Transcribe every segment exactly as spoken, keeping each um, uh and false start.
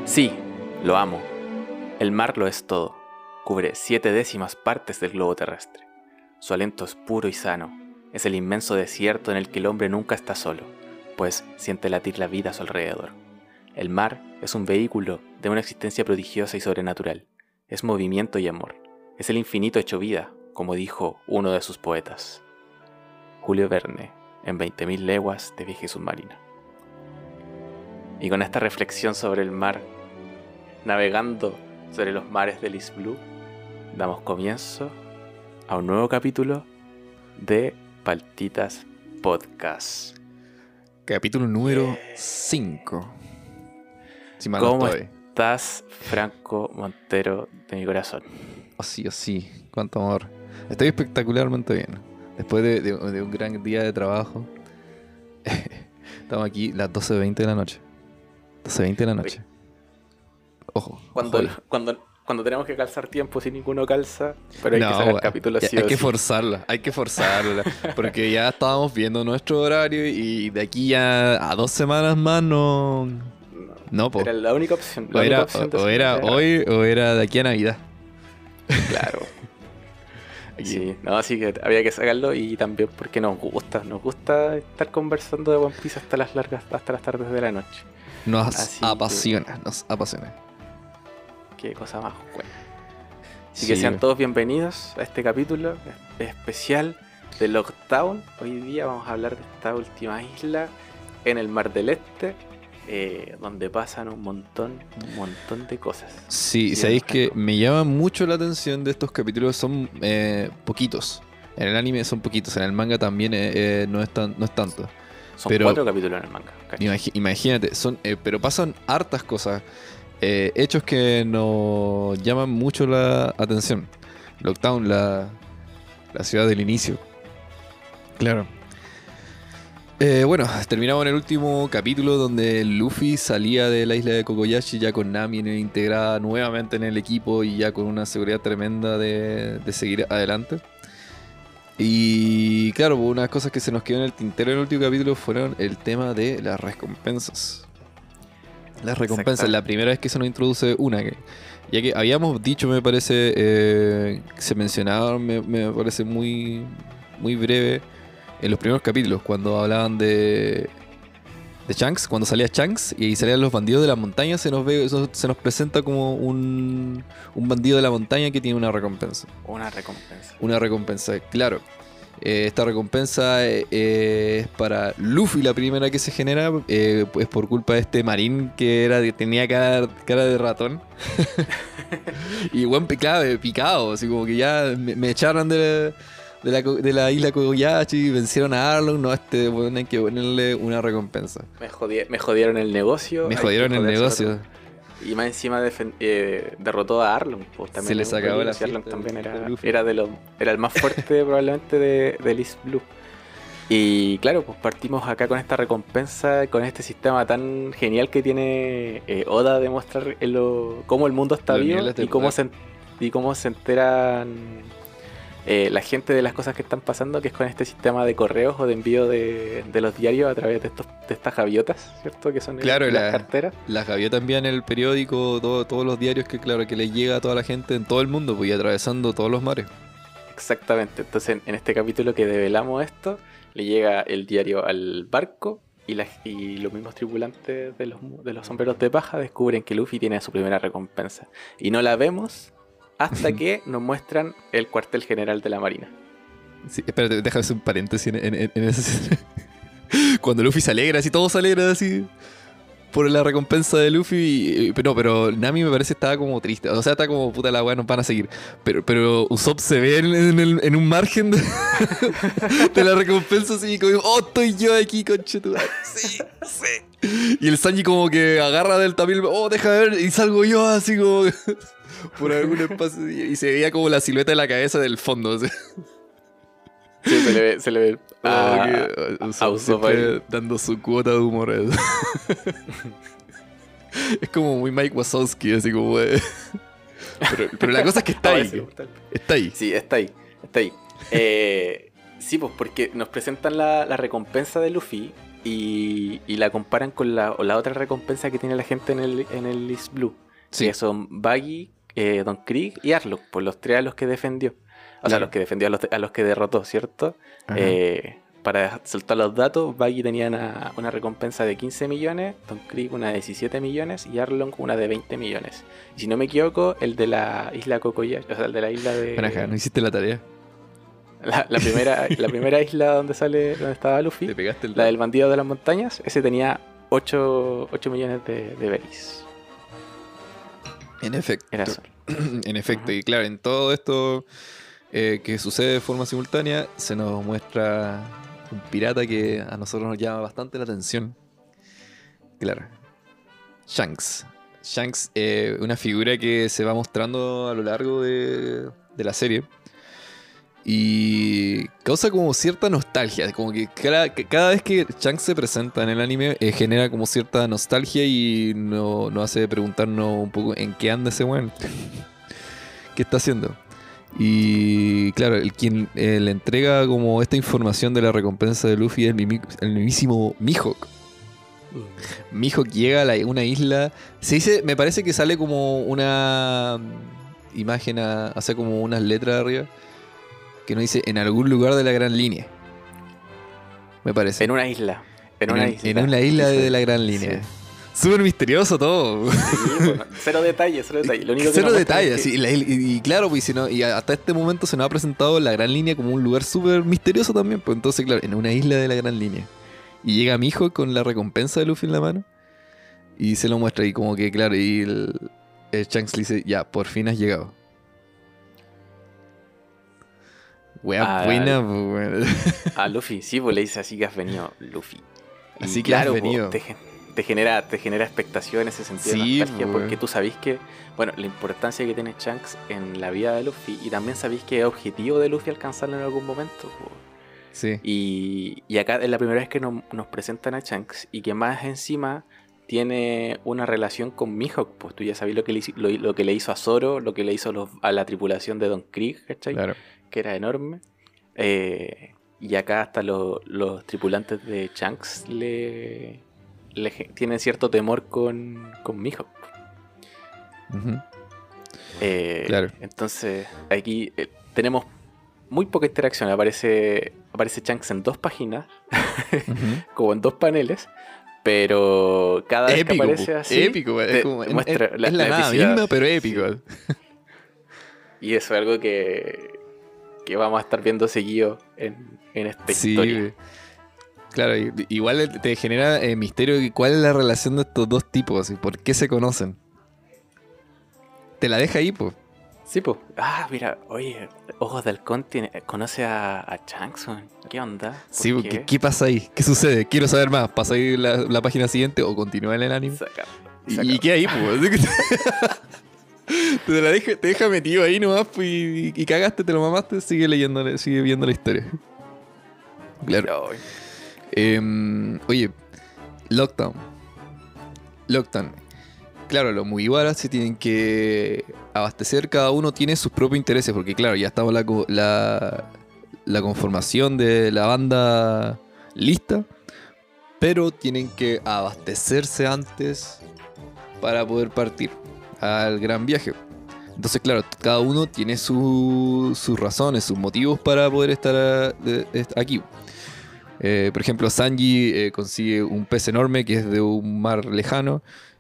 Sí, lo amo. El mar lo es todo. Cubre siete décimas partes del globo terrestre. Su aliento es puro y sano. Es el inmenso desierto en el que el hombre nunca está solo, pues siente latir la vida a su alrededor. El mar es un vehículo de una existencia prodigiosa y sobrenatural. Es movimiento y amor. Es el infinito hecho vida, como dijo uno de sus poetas. Julio Verne, en veinte mil leguas de viaje submarino. Y con esta reflexión sobre el mar, navegando sobre los mares del East Blue, damos comienzo a un nuevo capítulo de Paltitas Podcast. Capítulo número cinco. Si mal ¿Cómo no estoy. estás, Franco Montero de mi corazón? Oh, sí, oh, sí. Cuánto amor. Estoy espectacularmente bien. Después de, de, de un gran día de trabajo. Estamos aquí las doce veinte de la noche. doce veinte de la noche. Ojo. Cuando, ojo. cuando, cuando tenemos que calzar tiempo si ninguno calza, pero hay No, que sacar bueno, capítulos ya, sí hay o que sí. forzarla, hay que forzarla. Porque ya estábamos viendo nuestro horario y de aquí ya a dos semanas más no. No, No, po. Era la única opción. La O única era, opción de o, o hacer- era era- hoy o era de aquí a Navidad. Claro. Aquí. Sí, no, así que había que sacarlo y también porque nos gusta, nos gusta estar conversando de One Piece hasta las largas, hasta las tardes de la noche. Nos Así que- apasiona, nos apasiona. Qué cosa más buena. Así Sí, que sean todos bienvenidos a este capítulo especial de Lockdown. Hoy día vamos a hablar de esta última isla en el Mar del Este, eh, donde pasan un montón, un montón de cosas. Sí, Sí, sabéis ¿no? que me llama mucho la atención de estos capítulos, son eh, poquitos. En el anime son poquitos, en el manga también eh, eh, no, es tan, no es tanto. Son pero- cuatro capítulos en el manga. ¿cachai? Imagi- imagínate, son, eh, pero pasan hartas cosas, eh, hechos que nos llaman mucho la atención. Lockdown, la, la ciudad del inicio. Claro. Eh, bueno, terminamos en el último capítulo donde Luffy salía de la isla de Kokoyashi ya con Nami integrada nuevamente en el equipo y ya con una seguridad tremenda de, de seguir adelante. Y claro, una de las cosas que se nos quedó en el tintero en el último capítulo fueron el tema de las recompensas. Las recompensas, la primera vez que se nos introduce una, que, ya que habíamos dicho, me parece, eh, que se mencionaba, me, me parece muy, muy breve en los primeros capítulos, cuando hablaban de, de Shanks, cuando salía Shanks y salían los bandidos de la montaña, se nos ve, eso se nos presenta como un, un bandido de la montaña que tiene una recompensa. Una recompensa. Una recompensa, claro. Eh, esta recompensa eh, eh, es para Luffy, la primera que se genera, eh, pues por culpa de este marín que era tenía cara, cara de ratón. Y buen picado, picado, así como que ya me, me echaron de la, de la, co- de la isla Koyachi, vencieron a Arlong, no, este bueno, hay que ponerle una recompensa. Me, jodie- me jodieron el negocio. Me hay jodieron que el joderse negocio. otro. Y más encima defen- eh, derrotó a Arlong. Pues, también Se les es un acabó peligro, la si Arlong fiesta también de era, Luffy. era, de los, era el más fuerte probablemente de, del East Blue. Y claro, pues partimos acá con esta recompensa, con este sistema tan genial que tiene eh, Oda de mostrar en lo- cómo el mundo está Los vivo niveles de y cómo, poder. se, en- y cómo se enteran eh, la gente de las cosas que están pasando, que es con este sistema de correos o de envío de, de los diarios a través de, estos, de estas gaviotas, ¿cierto? Que son el- Claro, las la- carteras. Las gaviotas envían en el periódico, todo- todos los diarios que claro que les llega a toda la gente en todo el mundo, pues y atravesando todos los mares. Exactamente, entonces en, en este capítulo que develamos esto, le llega el diario al barco y, la- y los mismos tripulantes de los, mu- de los sombreros de paja descubren que Luffy tiene su primera recompensa. Y no la vemos hasta que nos muestran el cuartel general de la Marina. Sí, espérate, déjame hacer un paréntesis en, en, en- en esa escena. Cuando Luffy se alegra, así todos se alegran así por la recompensa de Luffy. y- pero no, pero Nami me parece que estaba como triste. O sea, está como puta la weá, nos van a seguir. Pero, pero Usopp se ve en, en el- en un margen de, de la recompensa así como, oh, estoy yo aquí, conchetumare. Sí, sí. Y el Sanji como que agarra del tapil, oh, deja de ver, y salgo yo así como por algún espacio. Y y se veía como la silueta de la cabeza del fondo. Así. Sí, se le ve, se le ve a, Ah, que, a Usopp Usopp siempre ahí. dando su cuota de humor. Es como muy Mike Wazowski, así como... eh. Pero, pero la cosa es que está Ah, ahí. ese brutal. Está ahí. Sí, está ahí, está ahí. Eh, sí, pues porque nos presentan la, la recompensa de Luffy y, y la comparan con la, o la otra recompensa que tiene la gente en el, en el East Blue. Sí. Que son Buggy, eh, Don Krieg y Arlong, por los tres a los que defendió. O sea, a Claro. los que defendió, a los, a los que derrotó, ¿cierto? Ajá. Eh, para soltar los datos, Buggy tenía una, una recompensa de quince millones, Don Krieg una de diecisiete millones y Arlong una de veinte millones. Y si no me equivoco, el de la isla Cocoyashi, o sea, el de la isla de... Bueno, ajá, no hiciste la tarea. La, la primera, la primera isla donde sale, donde estaba Luffy, Te pegaste el la del bandido de las montañas, ese tenía ocho millones de, de berries. En efecto. Era eso. En efecto, Ajá. y claro, en todo esto eh, que sucede de forma simultánea, se nos muestra un pirata que a nosotros nos llama bastante la atención. Claro. Shanks. Shanks, eh, una figura que se va mostrando a lo largo de, de la serie. Y causa como cierta nostalgia. Como que cada, que cada vez que Shanks se presenta en el anime, eh, genera como cierta nostalgia y no- nos hace preguntarnos un poco en qué anda ese weón. ¿Qué está haciendo? Y claro, el quien eh, le entrega como esta información de la recompensa de Luffy es el, mimi- el mismísimo Mihawk. Mihawk llega a la- una isla. Se dice, me parece que sale como una mm, imagen, a- hace como unas letras arriba que nos dice en algún lugar de la Gran Línea. Me parece. En una isla. En, En una un- isla. en una isla de Dice- la Gran Línea. Sí. Súper misterioso todo. Sí, bueno, cero detalles, cero detalles. Lo único que Cero nos muestra detalles. es que- sí, la- y, y claro, pues, si no- y hasta este momento se nos ha presentado la Gran Línea como un lugar súper misterioso también. Pues entonces, claro, en una isla de la Gran Línea. Y llega mi hijo con la recompensa de Luffy en la mano. Y se lo muestra y como que, claro, y el, el Shanks le dice, ya, por fin has llegado. Wea Ah, buena, pues, weón. A Luffy, sí, pues le dice así que has venido, Luffy. Y Así que has claro, venido. pues, te, gen- te genera, te genera expectación en ese sentido Sí, de nostalgia, pues. porque tú sabís que, bueno, la importancia que tiene Shanks en la vida de Luffy, y también sabís que es objetivo de Luffy alcanzarlo en algún momento. Pues. Sí. Y, y acá es la primera vez que nos, nos presentan a Shanks, y que más encima tiene una relación con Mihawk, pues tú ya sabís lo que le, hizo- lo, lo que le hizo a Zoro, lo que le hizo a, los- a la tripulación de Don Krieg, ¿cachai? Claro. Que era enorme. Eh, y acá hasta lo- los tripulantes de Shanks le, le ge- tienen cierto temor con, con Mihawk. Ujú. Eh, Claro. Entonces aquí eh, tenemos muy poca interacción. Aparece, aparece Shanks en dos páginas, Ujú. como en dos paneles. Pero cada vez Épico, que aparece po. así, épico, te- es, como, te es- muestra es la, la, la nada epicidad. misma, pero épico. Sí. Y eso es algo que, que vamos a estar viendo seguido en, en esta Sí, historia. güey. Claro, i- igual te genera eh, misterio de cuál es la relación de estos dos tipos y por qué se conocen. Te la deja ahí, pues. Sí, pues. Ah, mira, oye, Ojos del Halcón tiene- conoce a, a Shanks, weón. ¿Qué onda? ¿Por Sí, qué? ¿qué, ¿qué pasa ahí? ¿Qué sucede? Quiero saber más. ¿Pasa ahí la, la página siguiente o continúa en el anime? Saca- Y, saca- y queda ahí, pues. Así que te, la deja, te deja metido ahí nomás pues, y, y cagaste, te lo mamaste, sigue leyendo, sigue viendo la historia. Claro. Ay, Em, oye, Lockdown. Lockdown. Claro, los Mugiwara se tienen que abastecer, cada uno tiene sus propios intereses, porque claro, ya estamos la, co- la, la conformación de la banda lista, pero tienen que abastecerse antes para poder partir al gran viaje. Entonces, claro, cada uno tiene su- sus razones, sus motivos para poder estar a- de- de- aquí. Eh, por ejemplo, Sanji eh, consigue un pez enorme que es de un mar lejano.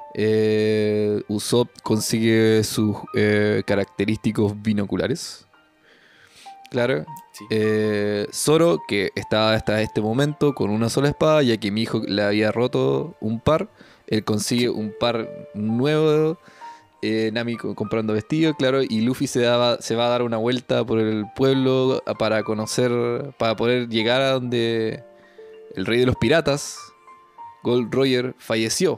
Eh, Usopp consigue sus eh, característicos binoculares. Claro. sí. Eh, Zoro, que estaba hasta este momento con una sola espada, ya que mi hijo le había roto un par. Él consigue un par nuevo. Eh, Nami co- comprando vestido, claro. Y Luffy se, daba, se va a dar una vuelta por el pueblo a- para conocer, para poder llegar a donde el rey de los piratas, Gold Roger, falleció.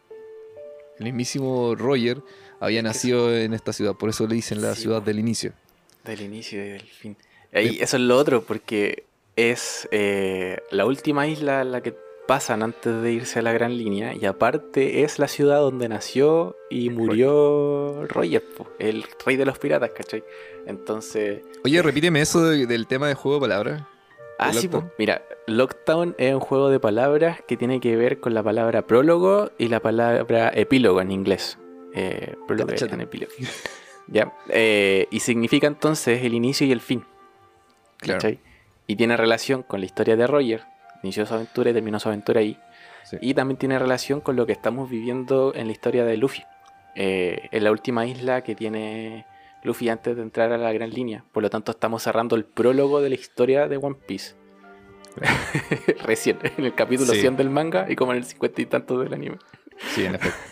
El mismísimo Roger había nacido en esta ciudad, por eso le dicen la Sí, ciudad po. del inicio. Del inicio y del fin. Ahí, eso es lo otro, porque es eh, la última isla en la que pasan antes de irse a la gran línea. Y aparte es la ciudad donde nació y murió Roger, po, el rey de los piratas, ¿cachai? Entonces... Oye, repíteme eso de- del tema de juego de palabras. Ah, ¿El sí, octavo? pues, mira, Lockdown es un juego de palabras que tiene que ver con la palabra prólogo y la palabra epílogo en inglés. Eh, prólogo Cáchate. en epílogo. ¿Ya? Eh, y significa entonces el inicio y el fin. Claro. ¿Cachai? Y tiene relación con la historia de Roger. Inició su aventura y terminó su aventura ahí. Sí. Y también tiene relación con lo que estamos viviendo en la historia de Luffy. Eh, en la última isla que tiene Luffy antes de entrar a la gran línea. Por lo tanto, estamos cerrando el prólogo de la historia de One Piece. Recién, en el capítulo Sí. cien del manga y como en el cincuenta y tanto del anime. Sí, en efecto.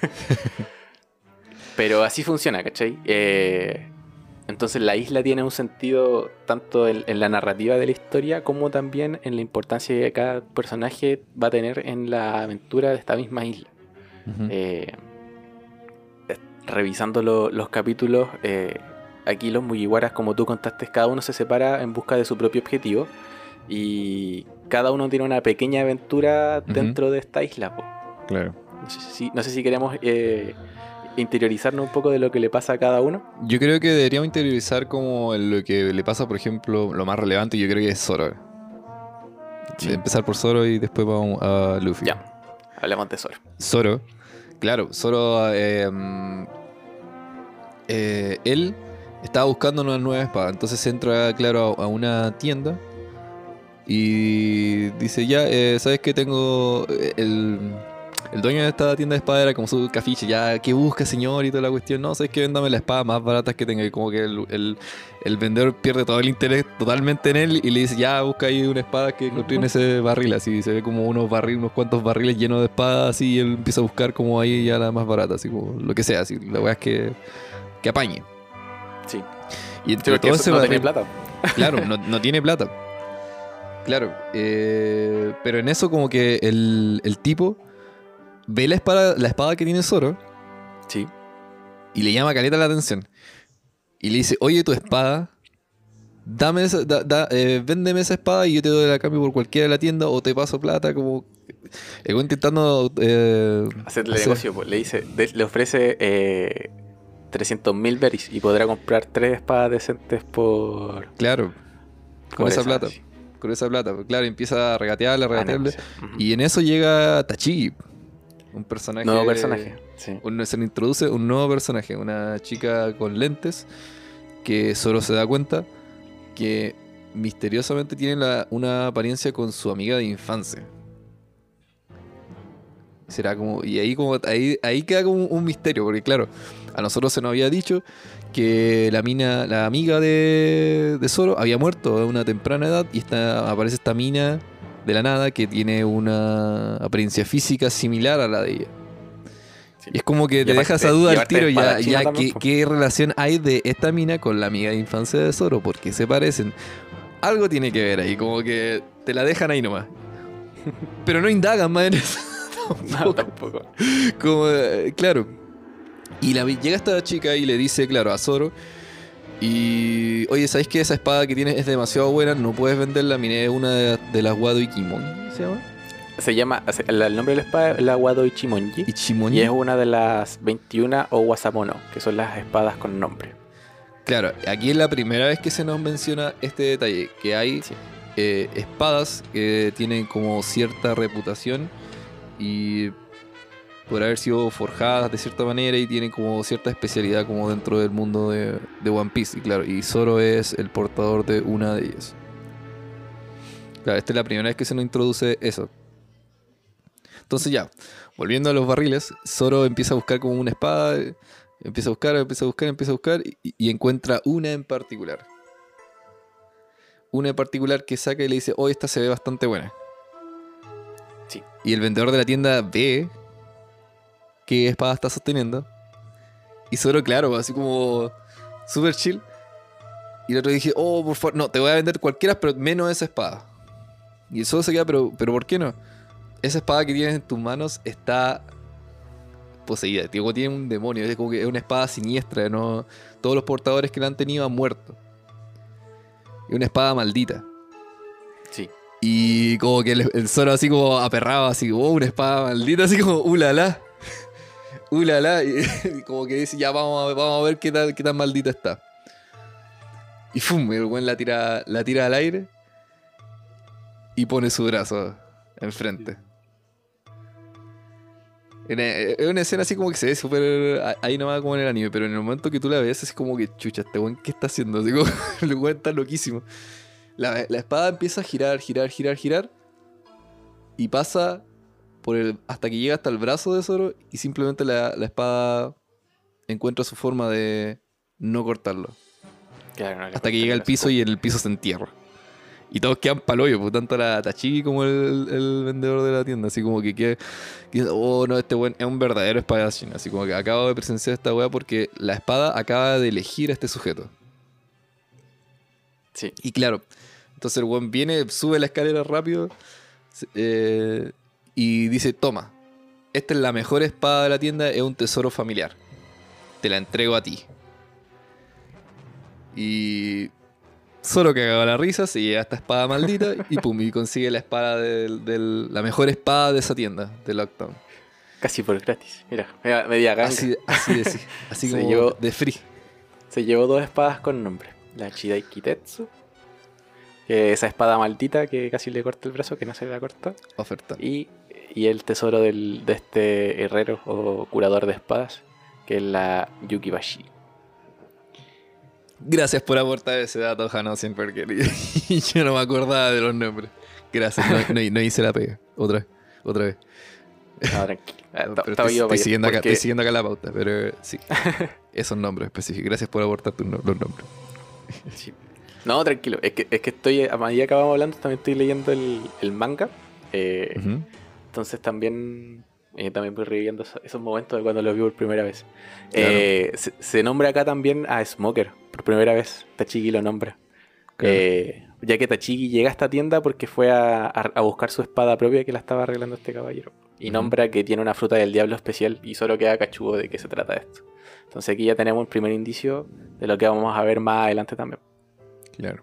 Pero así funciona, ¿cachai? Eh, entonces la isla tiene un sentido tanto en, en la narrativa de la historia como también en la importancia que cada personaje va a tener en la aventura de esta misma isla. Ujú. Eh, revisando lo- los capítulos, eh, aquí los Mugiwaras, como tú contaste, cada uno se separa en busca de su propio objetivo y cada uno tiene una pequeña aventura Ujú. dentro de esta isla, po. Claro. No sé si, no sé si queremos eh, interiorizarnos un poco de lo que le pasa a cada uno. Yo creo que deberíamos interiorizar como en lo que le pasa, por ejemplo, lo más relevante, yo creo que es Zoro. Sí. Empezar por Zoro y después vamos a Luffy. Ya, hablemos de Zoro. Zoro, claro, Zoro, eh, mm, eh, él estaba buscando una nueva espada, entonces entra, claro, a, a una tienda y dice, ya, eh, ¿sabes qué? Tengo eh, el... El dueño de esta tienda de espada era como su cafiche, ya, ¿qué busca, señor? Y toda la cuestión. No, ¿sabes qué? Véndame la espada más barata que tenga. Y como que el, el, el vendedor pierde todo el interés totalmente en él y le dice, ya, busca ahí una espada que encontré en ese barril. Así se ve como unos barriles, unos cuantos barriles llenos de espadas así. Y él empieza a buscar como ahí ya la más barata, así como lo que sea. Así, la weá es que, que apañe. Sí, Y sí, entre porque todo eso ese no barril, tiene plata. claro, no, no tiene plata. Claro, eh, pero en eso como que el, el tipo ve la espada, la espada que tiene Zoro Sí, y le llama a caleta la atención. Y le dice, oye, tu espada, dame esa, da- da- eh, véndeme esa espada y yo te doy la cambio por cualquiera de la tienda o te paso plata, como... El güey intentando... eh, hacerle hacer- negocio, pues, le dice, de- le ofrece eh, trescientos mil berries y podrá comprar tres espadas decentes por, Claro, con por esa plata. sí. Con esa plata. Claro, empieza a regatearle, a A regatearle. negociar. Ujú. Y en eso llega Tachigi. Un personaje... Nuevo personaje. Sí. Un- se le introduce un nuevo personaje, una chica con lentes que solo se da cuenta que misteriosamente tiene la- una apariencia con su amiga de infancia. Será como y ahí como ahí, ahí queda como un misterio porque claro, a nosotros se nos había dicho que la mina, la amiga de, de Zoro había muerto a una temprana edad y esta, aparece esta mina de la nada que tiene una apariencia física similar a la de ella. Sí. Y es como que Y te deja aparte- esa duda y al aparte tiro, ya, espadachina ya también, ¿qué, po. qué relación hay de esta mina con la amiga de infancia de Zoro, porque se parecen. Algo tiene que ver ahí, como que te la dejan ahí nomás. Pero no indagan más en eso. No, tampoco. Como, eh, claro. Y la, llega esta chica y le dice, claro, a Zoro. Y, oye, ¿sabes qué? Esa espada que tienes es demasiado buena, no puedes venderla. Miré una de, de las Wado Ikimon, ¿se llama? Se llama, el el nombre de la espada es la Wado Ichimonji. Ichimonji. Y es una de las veintiuna o Wasamono, que son las espadas con nombre. Claro, aquí es la primera vez que se nos menciona este detalle, que hay Sí. eh, espadas que tienen como cierta reputación y por haber sido forjadas de cierta manera y tienen como cierta especialidad como dentro del mundo de, de One Piece. Y claro, y Zoro es el portador de una de ellas. Claro, esta es la primera vez que se nos introduce eso. Entonces ya, volviendo a los barriles, Zoro empieza a buscar como una espada, empieza a buscar, empieza a buscar, empieza a buscar y, y encuentra una en particular. Una en particular que saca y le dice, oh, esta se ve bastante buena. Sí. Y el vendedor de la tienda ve qué espada está sosteniendo. Y Zoro, claro, así como super chill. Y el otro dije, oh, por favor, no, te voy a vender cualquiera, pero menos esa espada. Y el Zoro se queda, pero, pero ¿por qué no? Esa espada que tienes en tus manos está poseída. Tipo, tiene un demonio. Es como que es una espada siniestra. ¿No? Todos los portadores que la han tenido han muerto. Es una espada maldita. Sí. Y como que el, el Zoro así como aperrado, así, oh, una espada maldita, así como, ulala. Ulala. Y, y como que dice, ya vamos a ver, vamos a ver qué, tal, qué tan maldita está. Y fum, el buen la tira, la tira al aire. y pone su brazo enfrente. Es una escena así como que se ve súper ahí nomás como en el anime, pero en el momento que tú la ves es como que, chucha, este weón, ¿qué está haciendo? Así como, el weón está loquísimo. La, la espada empieza a girar, girar, girar, girar, y pasa por el, hasta que llega hasta el brazo de Zoro, y simplemente la, la espada encuentra su forma de no cortarlo. Claro, no le Hasta que corta llega el al piso brazo. y en el piso se entierra. Y todos quedan paloyo, pues, tanto la Tachiki como el, el vendedor de la tienda. Así como que queda, que, oh no, este weón es un verdadero espadachín. Así como que acabo de presenciar esta weá porque la espada acaba de elegir a este sujeto. Sí. Y claro, entonces el weón viene, sube la escalera rápido eh, y dice, toma, esta es la mejor espada de la tienda, es un tesoro familiar. Te la entrego a ti. Y Zoro cagaba la risa, se lleva esta espada maldita y pum, y consigue la espada del, del- la mejor espada de esa tienda, de Lockdown. Casi por gratis. Mira, media, media ganga. Así, así de sí, así Se como llevó- de free. Se llevó dos espadas con nombre. La Chidai Kitetsu, que esa espada maldita que casi le corta el brazo, que no se la cortó. Oferta. Y, y el tesoro del, de este herrero o curador de espadas, que es la Yukibashi. Gracias por aportar ese dato, Jano, siempre porque yo no me acordaba de los nombres. Gracias, no, no, no hice la pega. Otra vez, otra vez. No, tranquilo. Ah, No, ta- pero estaba estoy, yo estoy para allá, siguiendo acá, porque- estoy siguiendo acá la pauta, pero sí. Esos nombres específicos. Gracias por aportar tus no- los nombres. Sí. No, tranquilo. Es que, es que estoy, a medida que vamos hablando, también estoy leyendo el, el manga. Eh, Ujú. Entonces también, eh, también voy reviviendo esos, esos momentos de cuando lo vi por primera vez. Claro. Eh, se, se nombra acá también a Smoker, por primera vez. Tachiki lo nombra. Claro. Eh, ya que Tachiki llega a esta tienda porque fue a, a- a buscar su espada propia que la estaba arreglando este caballero. Y Ujú. nombra que tiene una fruta del diablo especial y solo queda cachudo de qué se trata esto. Entonces aquí ya tenemos un primer indicio de lo que vamos a ver más adelante también. Claro.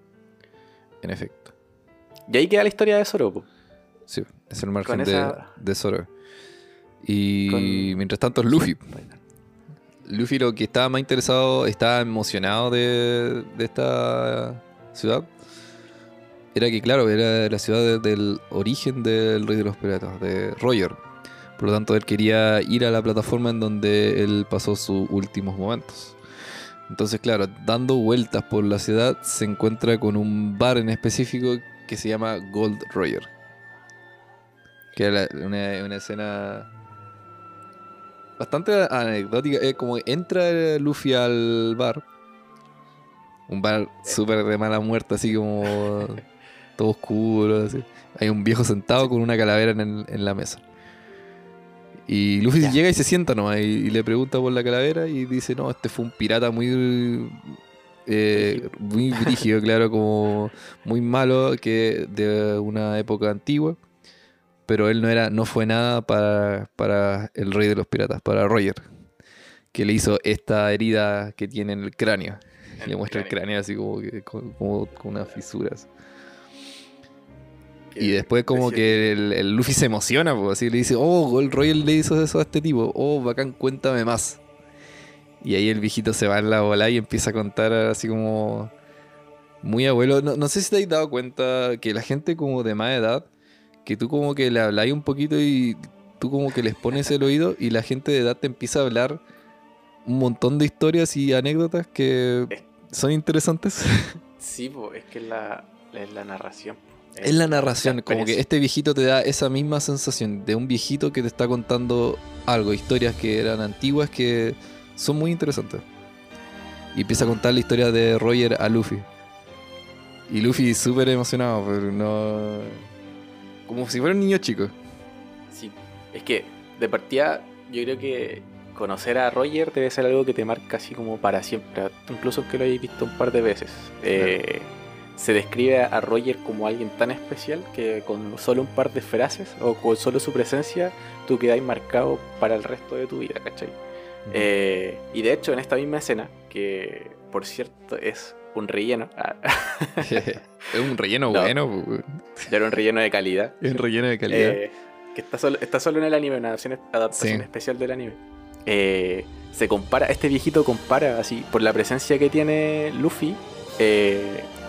En efecto. Y ahí queda la historia de Zoro, po. Sí, es el margen Con de, esa- de Zoro. Y Con- mientras tanto es Luffy. Luffy lo que estaba más interesado, estaba emocionado de, de esta ciudad. Era que, claro, era la ciudad de- del origen del Rey de los Piratas, de Roger. Por lo tanto, él quería ir a la plataforma en donde él pasó sus últimos momentos. Entonces, claro, dando vueltas por la ciudad, se encuentra con un bar en específico que se llama Gold Roger. Que era la- una, una escena bastante anecdótica. Es como entra Luffy al bar. Un bar súper de mala muerte, así como todo oscuro. Así. Hay un viejo sentado con una calavera en, el- en la mesa. Y Luffy Ya. llega y se sienta nomás y, y le pregunta por la calavera y dice, no, este fue un pirata muy... eh, muy brígido, claro, como muy malo, que de una época antigua. Pero él no era, no fue nada para, para el rey de los piratas, para Roger, que le hizo esta herida que tiene en el cráneo. En Le el muestra el cráneo. cráneo así como, que- como, como con unas fisuras. Que Y después como decía que el, el Luffy se emociona, pues, así le dice, oh, el Roger le hizo eso a este tipo, oh, bacán, cuéntame más. Y ahí el viejito se va en la bola y empieza a contar así como muy abuelo. No, no sé si te has dado cuenta que la gente como de más edad, que tú como que le habláis un poquito y tú como que les pones el oído y la gente de edad te empieza a hablar un montón de historias y anécdotas que Es- son interesantes. Sí, po, es que es la, es la narración. po. Es la narración, como que experiencia. este viejito te da esa misma sensación de un viejito que te está contando algo, historias que eran antiguas que son muy interesantes. Y empieza a contar la historia de Roger a Luffy. Y Luffy súper emocionado, pero no... como si fuera un niño chico. Sí, es que de partida yo creo que conocer a Roger debe ser algo que te marca así como para siempre, incluso que lo hayáis visto un par de veces. Eh, se describe a Roger como alguien tan especial que con solo un par de frases o con solo su presencia tú quedáis marcado para el resto de tu vida, ¿cachai? Eh, y de hecho en esta misma escena, que por cierto es un relleno, ah, Es un relleno No. bueno, pues, ya era un relleno de calidad. es un relleno de calidad. Eh, que está solo, está solo en el anime, una adaptación, adaptación Sí. especial del anime. Eh, se compara, este viejito compara así, por la presencia que tiene Luffy, eh,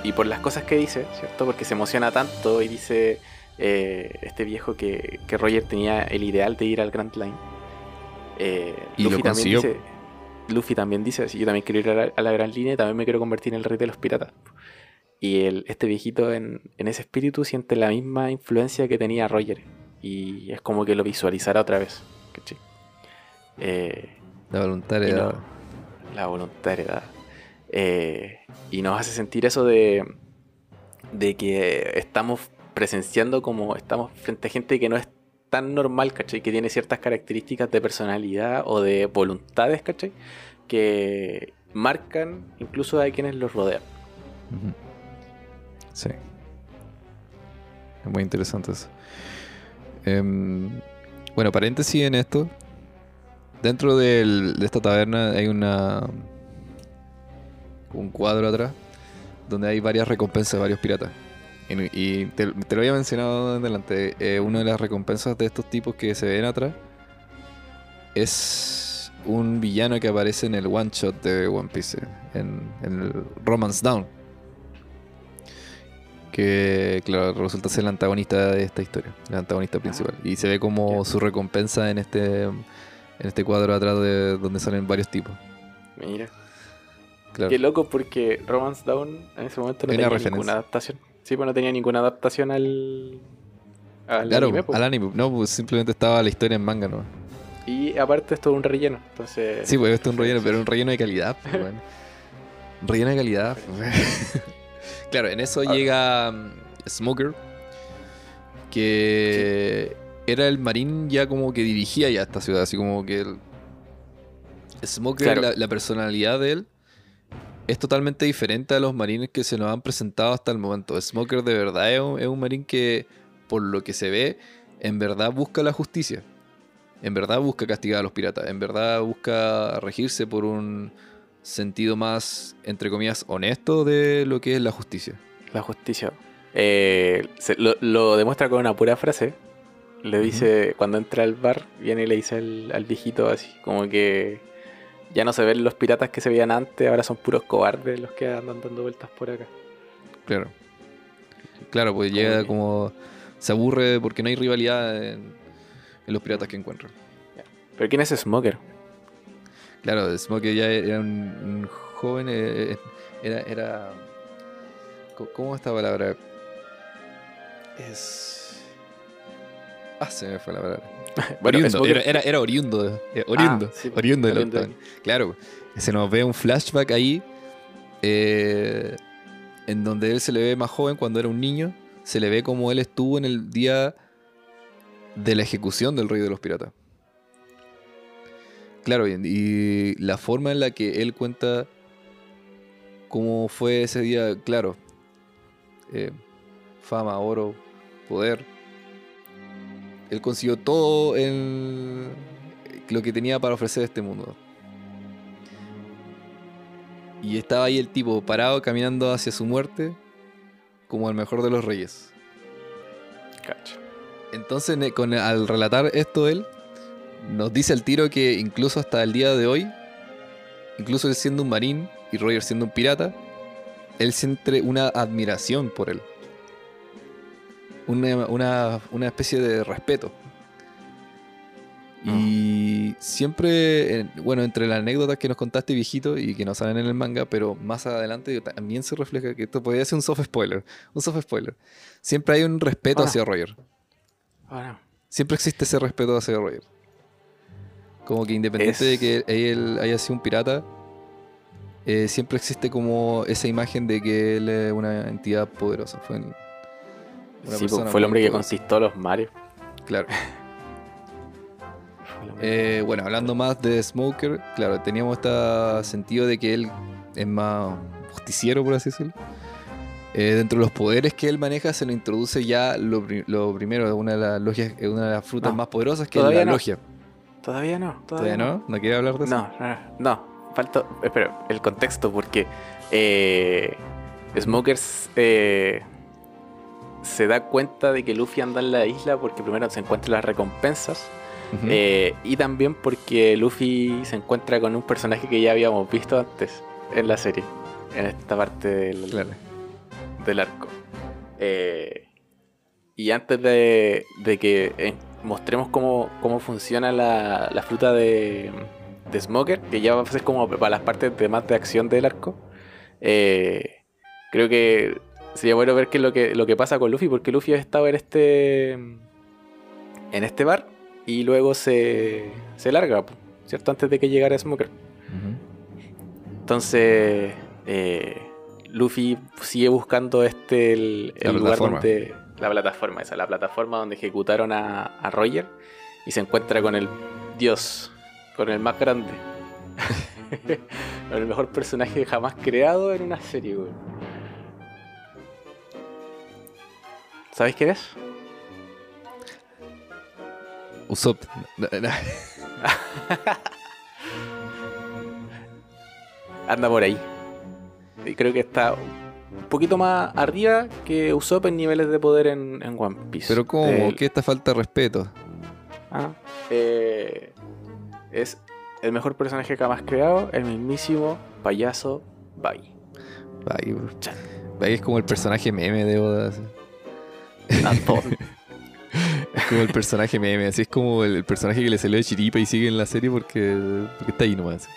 y por las cosas que dice, ¿cierto? Porque se emociona tanto y dice eh, este viejo que, que Roger tenía el ideal de ir al Grand Line. Eh, Y Luffy lo también consiguió. dice, Luffy también dice, si yo también quiero ir a la, a la Gran Línea y también me quiero convertir en el rey de los piratas. Y el, este viejito en, en ese espíritu siente la misma influencia que tenía Roger. Y es como que lo visualizara otra vez. ¿Cachai? Eh, La voluntad y heredada. no, la voluntad heredada. Eh, y nos hace sentir eso de, de que estamos presenciando como estamos frente a gente que no es tan normal, ¿cachai? Que tiene ciertas características de personalidad o de voluntades, ¿cachai? Que marcan incluso a quienes los rodean. Ujú. Sí. Es muy interesante eso. Em, bueno, paréntesis en esto. Dentro del- de esta taberna hay una un cuadro atrás donde hay varias recompensas de varios piratas. Y, y te, te lo había mencionado en delante. Eh, una de las recompensas de estos tipos que se ven atrás es un villano que aparece en el one shot de One Piece, en, en el Romance Down. Que, claro, resulta ser el antagonista de esta historia, el antagonista principal. Y se ve como Ya. su recompensa en este, en este cuadro atrás de donde salen varios tipos. Mira. Claro. Qué loco porque Romance Down en ese momento no Hay una tenía referencia. ninguna adaptación. Sí, pues no tenía ninguna adaptación al, al Claro, anime, pues. al anime. No, pues simplemente estaba la historia en manga, ¿no? Y aparte esto es un relleno. Entonces. Sí, pues esto es un relleno, sí, pero sí. un relleno de calidad, pues, weón. Un relleno de calidad. Pues. Claro, en eso Ah. llega um, Smoker, que era el marín ya como que dirigía ya esta ciudad, así como que el Smoker, Claro. la, la personalidad de él es totalmente diferente a los marines que se nos han presentado hasta el momento. Smoker de verdad es un, es un marín que, por lo que se ve, en verdad busca la justicia. En verdad busca castigar a los piratas. En verdad busca regirse por un sentido más, entre comillas, honesto de lo que es la justicia. La justicia. Eh, se- lo, lo demuestra con una pura frase. Le dice, cuando entra al bar, viene y le dice al, al viejito así, como que ya no se ven los piratas que se veían antes, ahora son puros cobardes los que andan dando vueltas por acá. Claro. Claro, pues Como llega que- como... Se aburre porque no hay rivalidad en, en los piratas que encuentran. ¿Pero quién es Smoker? Claro, Smoker ya era un, un joven... eh, era, era... co- ¿Cómo es esta palabra? Es... Ah, se me fue la palabra. Bueno, oriundo, Smoker- era, era, era oriundo. eh, oriundo. Ah, sí, oriundo de la oriundo. octava. Claro, se nos ve un flashback ahí eh, en donde él se le ve más joven cuando era un niño. Se le ve como él estuvo en el día de la ejecución del rey de los piratas. Claro, y, y la forma en la que él cuenta cómo fue ese día, claro. eh, fama, oro, poder. Él consiguió todo el, lo que tenía para ofrecer este mundo. Y estaba ahí el tipo parado caminando hacia su muerte como el mejor de los reyes. Cacho. Entonces, ne- con, al relatar esto él, nos dice al tiro que incluso hasta el día de hoy, incluso él siendo un marín y Roger siendo un pirata, él siente una admiración por él. Una, una, una especie de respeto. Y siempre, eh, bueno, entre las anécdotas que nos contaste, viejito, y que no salen en el manga, pero más adelante también se refleja que esto podría ser un soft spoiler. Un soft spoiler. Siempre hay un respeto Ah. hacia Roger. Bueno, Siempre existe ese respeto hacia Roger. Como que independiente Es- de que él haya sido un pirata, eh, siempre existe como esa imagen de que él es una entidad poderosa. Fue, un- una sí, persona fue el muy hombre que poderosa. conquistó los mares. Claro. Fue el hombre- Eh, bueno, hablando más de Smoker, claro, teníamos este sentido de que él es más justiciero, por así decirlo. Eh, dentro de los poderes que él maneja, se le introduce ya lo, pri- lo primero, una de las logias, una de las frutas No, más poderosas, que es todavía la no. logia. Todavía no, todavía, ¿Todavía no? ¿No quiere hablar de eso? No, no, no. Falta. Espera, el contexto, porque eh, Smokers eh, se da cuenta de que Luffy anda en la isla porque primero se encuentra las recompensas. Ujú. eh, y también porque Luffy se encuentra con un personaje que ya habíamos visto antes en la serie. En esta parte del, Claro. del arco. Eh, y antes de, de que eh, mostremos cómo, cómo funciona la, la fruta de, de Smoker, que ya va a ser como para las partes de más de acción del arco, eh, creo que sería bueno ver qué es lo que, lo que pasa con Luffy, porque Luffy ha estado en este en este bar y luego se, se larga, ¿cierto? Antes de que llegara Smoker. Uh-huh. Entonces eh, Luffy sigue buscando este el, el lugar donde la plataforma esa, la plataforma donde ejecutaron a, a Roger, y se encuentra con el dios, con el más grande, con el mejor personaje jamás creado en una serie, güey. ¿Sabes quién es? Usopp. No, no. Anda por ahí. Y creo que está un poquito más arriba que Usopp en niveles de poder en, en One Piece. Pero ¿cómo? El... ¿Qué esta falta de respeto? Ah, eh, es el mejor personaje jamás creado, el mismísimo payaso Bai. Bai, Bai es como el personaje meme de Oda. Así. Es como el personaje meme, así es como el, el personaje que le salió de chiripa y sigue en la serie porque, porque está ahí nomás.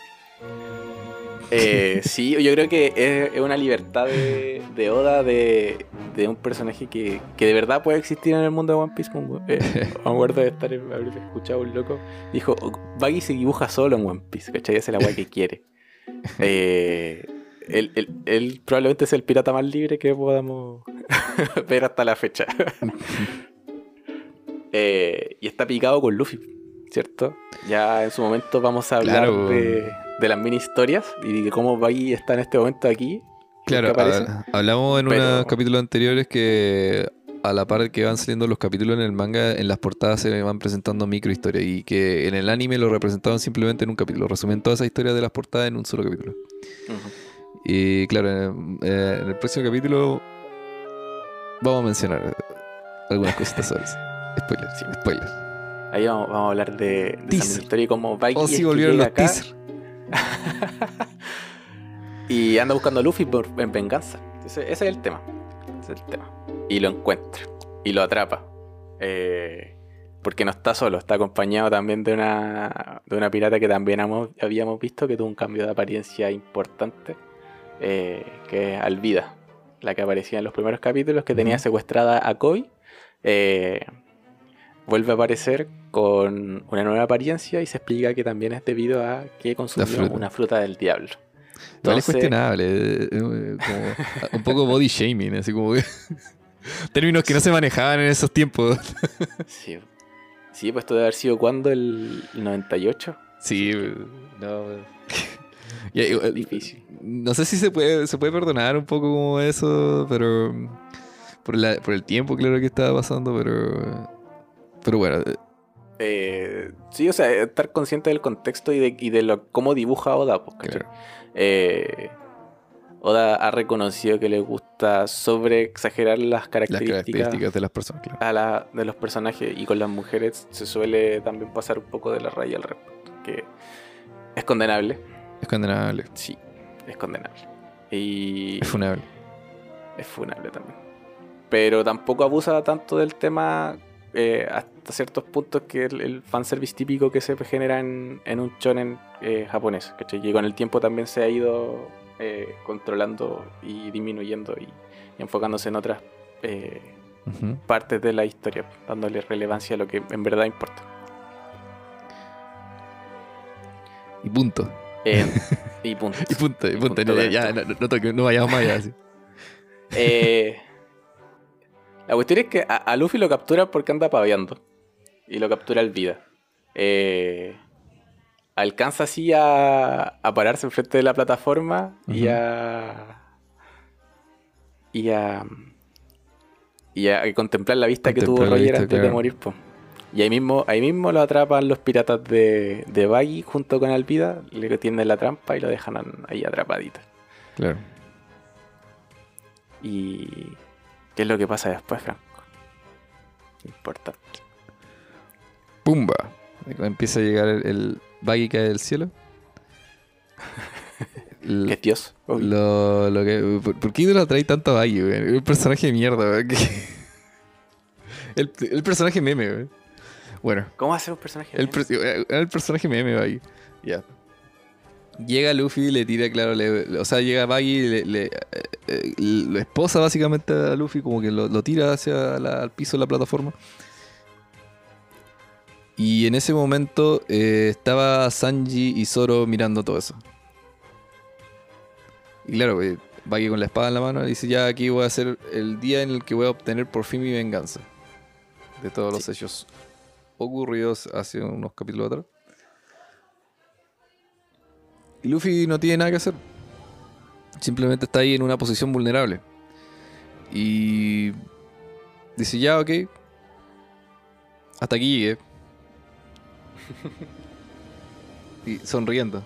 Eh, sí, yo creo que es, es una libertad de, de Oda de, de un personaje que, que de verdad puede existir en el mundo de One Piece. Eh, me acuerdo de estar en, haber escuchado a un loco. Dijo, Baggy se dibuja solo en One Piece, ¿cachai? Esa es la weá que quiere. Eh, él, él, él probablemente es el pirata más libre que podamos ver hasta la fecha. eh, y está picado con Luffy, ¿cierto? Ya en su momento vamos a hablar claro. de, de las mini historias y de cómo Baggy está en este momento aquí. Claro, a, hablamos en Pero... unos capítulos anteriores que a la par que van saliendo los capítulos en el manga, en las portadas se van presentando micro historias y que en el anime lo representaban simplemente en un capítulo, resumen toda esa historia de las portadas en un solo capítulo. Uh-huh. Y claro, en, eh, en el próximo capítulo vamos a mencionar algunas cositas sobre eso. Spoiler, sí, spoiler. Ahí vamos, vamos a hablar de, de esa mini historia y cómo Baggy oh, sí, volvieron los teasers. Y anda buscando a Luffy por, en venganza. Ese, ese es el tema. Ese es el tema. Y lo encuentra. Y lo atrapa. Eh, porque no está solo. Está acompañado también de una, de una pirata que también hemos, habíamos visto que tuvo un cambio de apariencia importante. Eh, que es Alvida. La que aparecía en los primeros capítulos, que tenía secuestrada a Koi. Eh, vuelve a aparecer con una nueva apariencia y se explica que también es debido a que consumió fruta. una fruta del diablo. Entonces, es cuestionable, como un poco body shaming, así como que términos que sí. no se manejaban en esos tiempos. Sí, sí, pues esto debe haber sido cuando el noventa y ocho. Sí, no. Ya, es difícil. No sé si se puede, se puede perdonar un poco como eso, pero por, la, por el tiempo, claro que estaba pasando, pero, pero bueno. Eh, sí, o sea, estar consciente del contexto y de, y de lo, cómo dibuja Oda, pues, claro. Eh, Oda ha reconocido que le gusta sobre exagerar las características, las características de las personas, claro. a la, de los personajes, y con las mujeres se suele también pasar un poco de la raya al respecto, que es condenable. Es condenable. Sí, es condenable. Y es funable. Es funable también. Pero tampoco abusa tanto del tema eh, hasta ciertos puntos que el, el fanservice típico que se genera en, en un shonen eh, japonés, ¿cachai? Y con el tiempo también se ha ido eh, controlando y disminuyendo y, y enfocándose en otras eh, uh-huh. partes de la historia, dándole relevancia a lo que en verdad importa. Y punto. Eh, y punto. y punto, y punto. Y punto no, ya, no, no, toque, no vayamos más allá. Así. Eh, la cuestión es que a, a Luffy lo captura porque anda paveando. Y lo captura el Vida. Eh, alcanza así a, a pararse enfrente de la plataforma uh-huh. y a. Y a. Y a contemplar la vista contemplar que tuvo Roger vista, antes claro. de morir, po. Y ahí mismo, ahí mismo lo atrapan los piratas de, de Baggy junto con Alvida, le tienden la trampa y lo dejan ahí atrapadito. Claro. ¿Y qué es lo que pasa después, Franco? Importante. ¡Pumba! Empieza a llegar el, el Baggy cae del cielo. l- Que es Dios. obvio. lo, lo que, ¿por, por qué no lo trae tanto a Baggy, weón? Es un personaje de mierda, weón. que- El, el personaje meme, weón. Bueno, ¿Cómo hace un personaje? el, per- el personaje meme, Baggy. Ya. Llega Luffy y le tira, claro, le- le- o sea, llega Baggy y le, le, eh, eh, lo esposa básicamente a Luffy, como que lo, lo tira hacia la- al piso de la plataforma. Y en ese momento eh, estaba Sanji y Zoro mirando todo eso. Y claro, eh, Baggy con la espada en la mano dice, ya aquí voy a ser el día en el que voy a obtener por fin mi venganza. De todos los Sí. hechos ocurridos hace unos capítulos atrás. Y Luffy no tiene nada que hacer. Simplemente está ahí en una posición vulnerable. Y dice, ya, ok. Hasta aquí llegué. Y sonriendo.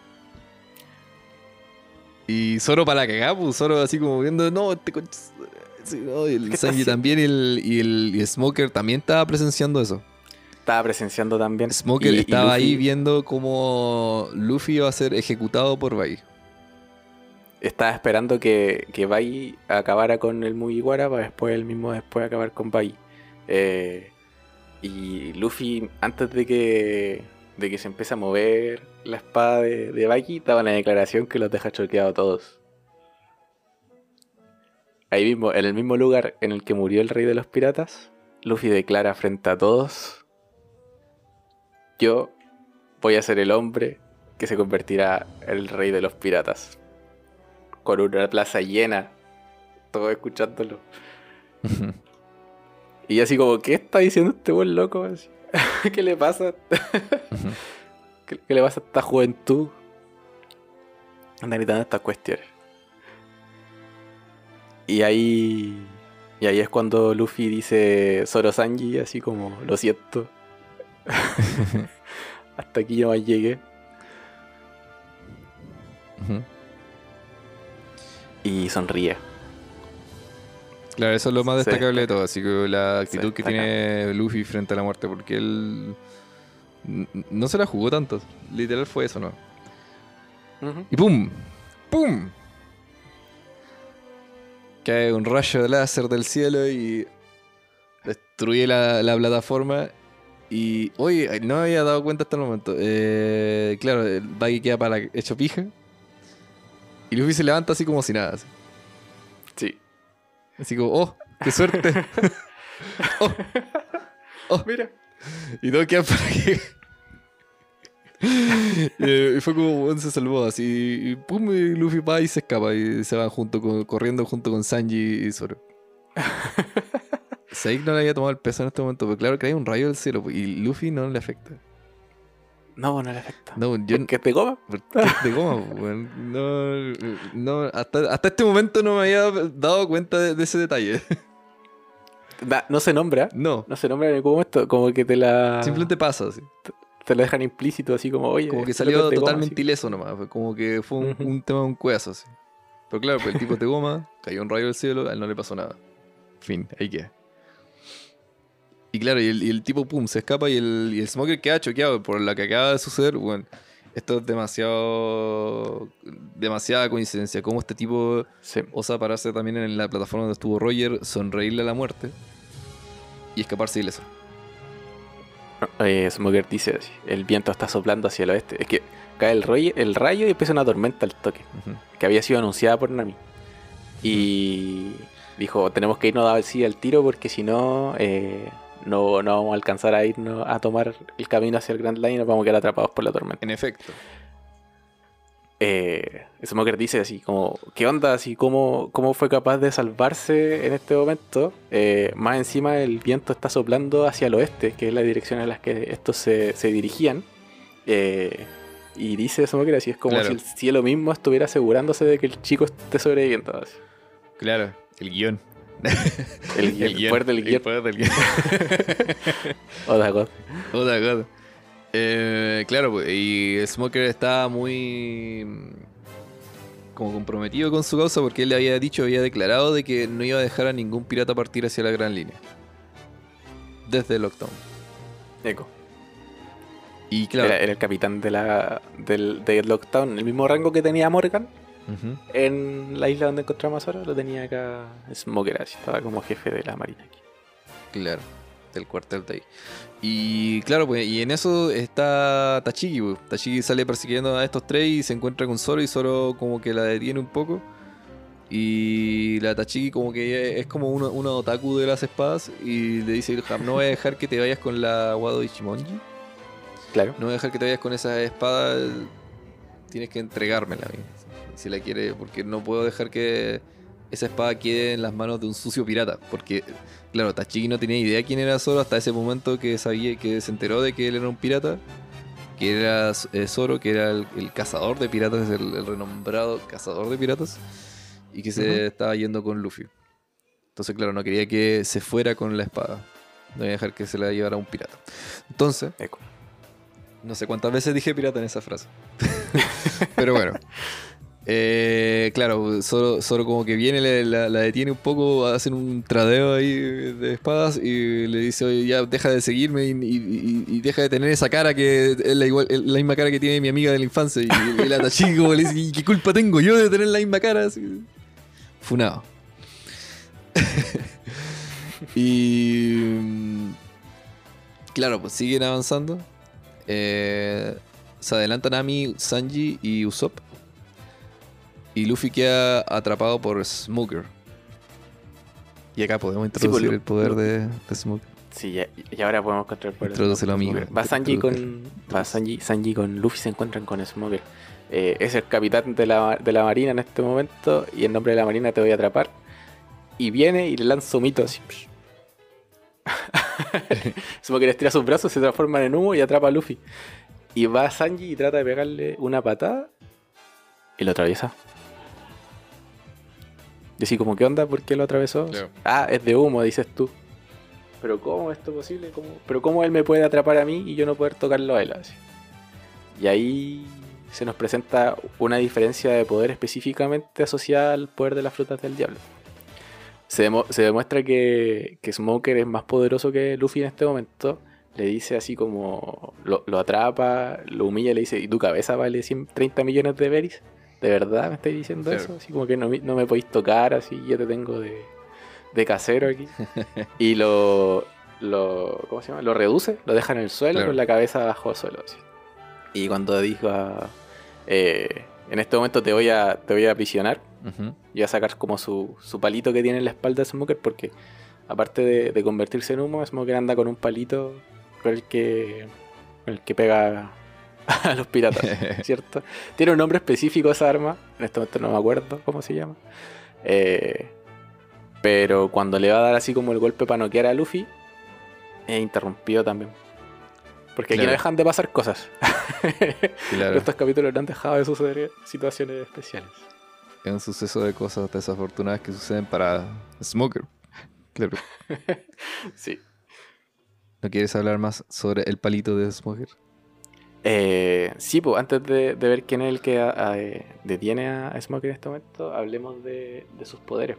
Y Zoro para la cagada, pues Zoro así como viendo, no, este coche. Sí, no, y el ¿Qué está Sanji haciendo? también y el, y, el, y el Smoker también estaba presenciando eso. Estaba presenciando también. Smoker y- y estaba ahí Luffy viendo cómo Luffy iba a ser ejecutado por Baggy. Estaba esperando que, que Baggy acabara con el Mugiwara para después él mismo después acabar con Baggy. Eh, y Luffy, antes de que, de que se empiece a mover la espada de, de Baggy, daba una declaración que los deja choqueados a todos. Ahí mismo, en el mismo lugar en el que murió el rey de los piratas, Luffy declara frente a todos: yo voy a ser el hombre que se convertirá en el rey de los piratas. Con una plaza llena, todos escuchándolo. Y así como, ¿qué está diciendo este buen loco? Así, ¿qué le pasa? ¿Qué, qué le pasa a esta juventud? Andan gritando estas cuestiones. Y ahí... Y ahí es cuando Luffy dice Zoro Sanji, así como, lo siento. Hasta aquí yo más llegué. Ujú. Y sonríe. Claro, eso es lo más Se destacable de destaca. todo. Así que la Se actitud que destaca. tiene Luffy frente a la muerte, porque él n- no se la jugó tanto. Literal fue eso, ¿no? Ujú. Y ¡pum! ¡Pum! Cae un rayo de láser del cielo y destruye la, la plataforma. Y, oye, no me había dado cuenta hasta el momento. Eh, claro, el Baggy queda para la- hecho pija. Y Luffy se levanta así como si nada. Así, Sí. así como, ¡oh! ¡Qué suerte! ¡Oh! ¡Oh! Mira. Y todo queda para que. Eh, y fue como, bueno, se salvó así. Y pum, y Luffy va y se escapa. Y se van junto con, corriendo junto con Sanji y Zoro. Saik no le había tomado el peso en este momento, pero claro que hay un rayo del cielo pues, y Luffy no le afecta. No, no le afecta. No, yo. Porque te goma. ¿Por qué te coma, pues, weón? No, no, hasta, hasta este momento no me había dado cuenta de, de ese detalle. Da- no se nombra. No, No se nombra en ningún momento. Como que te la. simplemente pasa así. Te lo dejan implícito, así como, oye. Como que este loco salió es de goma, totalmente así. ileso nomás. Fue como que fue un, Ujú. un tema de un cueazo así. Pero claro, pues el tipo te goma, cayó un rayo del cielo, a él no le pasó nada. Fin, ahí queda. Y claro, y el, y el tipo, pum, se escapa y el, y el Smoker queda choqueado por lo que acaba de suceder. Bueno, esto es demasiado. demasiada coincidencia. Como este tipo Sí. osa pararse también en la plataforma donde estuvo Roger, sonreírle a la muerte y escaparse ileso. Eh, Smoker dice así: el viento está soplando hacia el oeste. Es que cae el, rollo, el rayo y empieza una tormenta al toque. Ujú. Que había sido anunciada por Nami. Y dijo: tenemos que irnos así al tiro porque si no, eh, no, no vamos a alcanzar a irnos a tomar el camino hacia el Grand Line y nos vamos a quedar atrapados por la tormenta. En efecto. Eh, Smoker dice así como, ¿qué onda? Así cómo, cómo fue capaz de salvarse en este momento. Eh, más encima el viento está soplando hacia el oeste, que es la dirección en la que estos se, se dirigían. Eh, y dice Smoker así, es como Claro. si el cielo mismo estuviera asegurándose de que el chico esté sobreviviendo. Así. Claro, el guión. El, guión, el poder del guión. El poder del guión. Otra cosa. Otra cosa. Eh, claro, pues, y Smoker estaba muy mm, como comprometido con su causa porque él le había dicho, había declarado de que no iba a dejar a ningún pirata partir hacia la gran línea. Desde Lockdown. Eco. Y claro, Era, era el capitán de la, del, de Lockdown, el mismo rango que tenía Morgan, Ujú. en la isla donde encontramos a Zoro, lo tenía acá Smoker, así estaba como jefe de la marina aquí. Claro, del cuartel de ahí. Y claro, pues, y en eso está Tachiki, pues. Tachiki sale persiguiendo a estos tres y se encuentra con Zoro y Zoro como que la detiene un poco. Y la Tachiki como que es como una, una otaku de las espadas y le dice, "Jam, no voy a dejar que te vayas con la Wado Ichimonji. Claro. No voy a dejar que te vayas con esa espada, tienes que entregármela a mí. Si la quiere, porque no puedo dejar que esa espada quede en las manos de un sucio pirata. Porque, claro, Tachiki no tenía idea quién era Zoro hasta ese momento que sabía, que se enteró de que él era un pirata. Que era eh, Zoro, que era el, el cazador de piratas, el, el renombrado cazador de piratas. Y que se Ujú. estaba yendo con Luffy. Entonces, claro, no quería que se fuera con la espada. No iba a dejar que se la llevara un pirata. Entonces, Eco. no sé cuántas veces dije pirata en esa frase. Pero bueno. Eh, claro, solo, solo como que viene, le- la, la detiene un poco, hacen un tradeo ahí de espadas y le dice, oye, ya deja de seguirme y, y- y- y deja de tener esa cara que es la, igual, la misma cara que tiene mi amiga de la infancia. Y, y la Tachiki como le dice, ¿y qué culpa tengo yo de tener la misma cara? Así, funado. Y mm, claro, pues siguen avanzando. Eh, se adelantan Nami, Sanji y Usopp. Y Luffy queda atrapado por Smoker. Y acá podemos Sí, pues, introducir Lu- el poder Lu- de, de Smoker. sí, ya- y ahora podemos encontrar por Introdúcelo, amigo. Va Sanji con. Va Introduce. Sanji, Sanji con Luffy se encuentran con Smoker. Eh, es el capitán de la, de la marina en este momento. Y en nombre de la marina te voy a atrapar. Y viene y le lanza un mito así. Smoker estira sus brazos, se transforman en humo y atrapa a Luffy. Y va Sanji y trata de pegarle una patada. Y lo atraviesa. Y así como, ¿qué onda? ¿Por qué lo atravesó? Claro. Ah, es de humo, dices tú. Pero ¿cómo es esto posible? ¿Cómo? Pero ¿cómo él me puede atrapar a mí y yo no poder tocarlo a él? Así. Y ahí se nos presenta una diferencia de poder específicamente asociada al poder de las frutas del diablo. Se, demo- se demuestra que, que Smoker es más poderoso que Luffy en este momento. Le dice así como... Lo, lo atrapa, lo humilla y le dice, ¿y tu cabeza vale ciento treinta millones de berries? ¿De verdad me estáis diciendo Claro. eso? Así como que no, me- no me podéis tocar, así yo te tengo de, de casero aquí. Y lo, lo... ¿Cómo se llama? Lo reduce, lo deja en el suelo Claro. con la cabeza bajo el suelo. Así. Y cuando dijo... a- eh, en este momento te voy a, te voy a aprisionar. Ujú. Y va a sacar como su, su palito que tiene en la espalda de Smoker, porque aparte de, de convertirse en humo, Smoker anda con un palito con el que, con el que pega a los piratas, ¿cierto? Tiene un nombre específico esa arma, en este momento no me acuerdo cómo se llama. Eh, pero cuando le va a dar así como el golpe para noquear a Luffy, es interrumpido también. Porque aquí Claro. no dejan de pasar cosas. Claro. Estos capítulos no han dejado de suceder situaciones especiales. Es un suceso de cosas desafortunadas que suceden para Smoker. Claro. Sí. ¿No quieres hablar más sobre el palito de Smoker? Eh, sí, pues antes de, de ver quién es el que a- a- eh, detiene a Smoker en este momento, hablemos de, de sus poderes.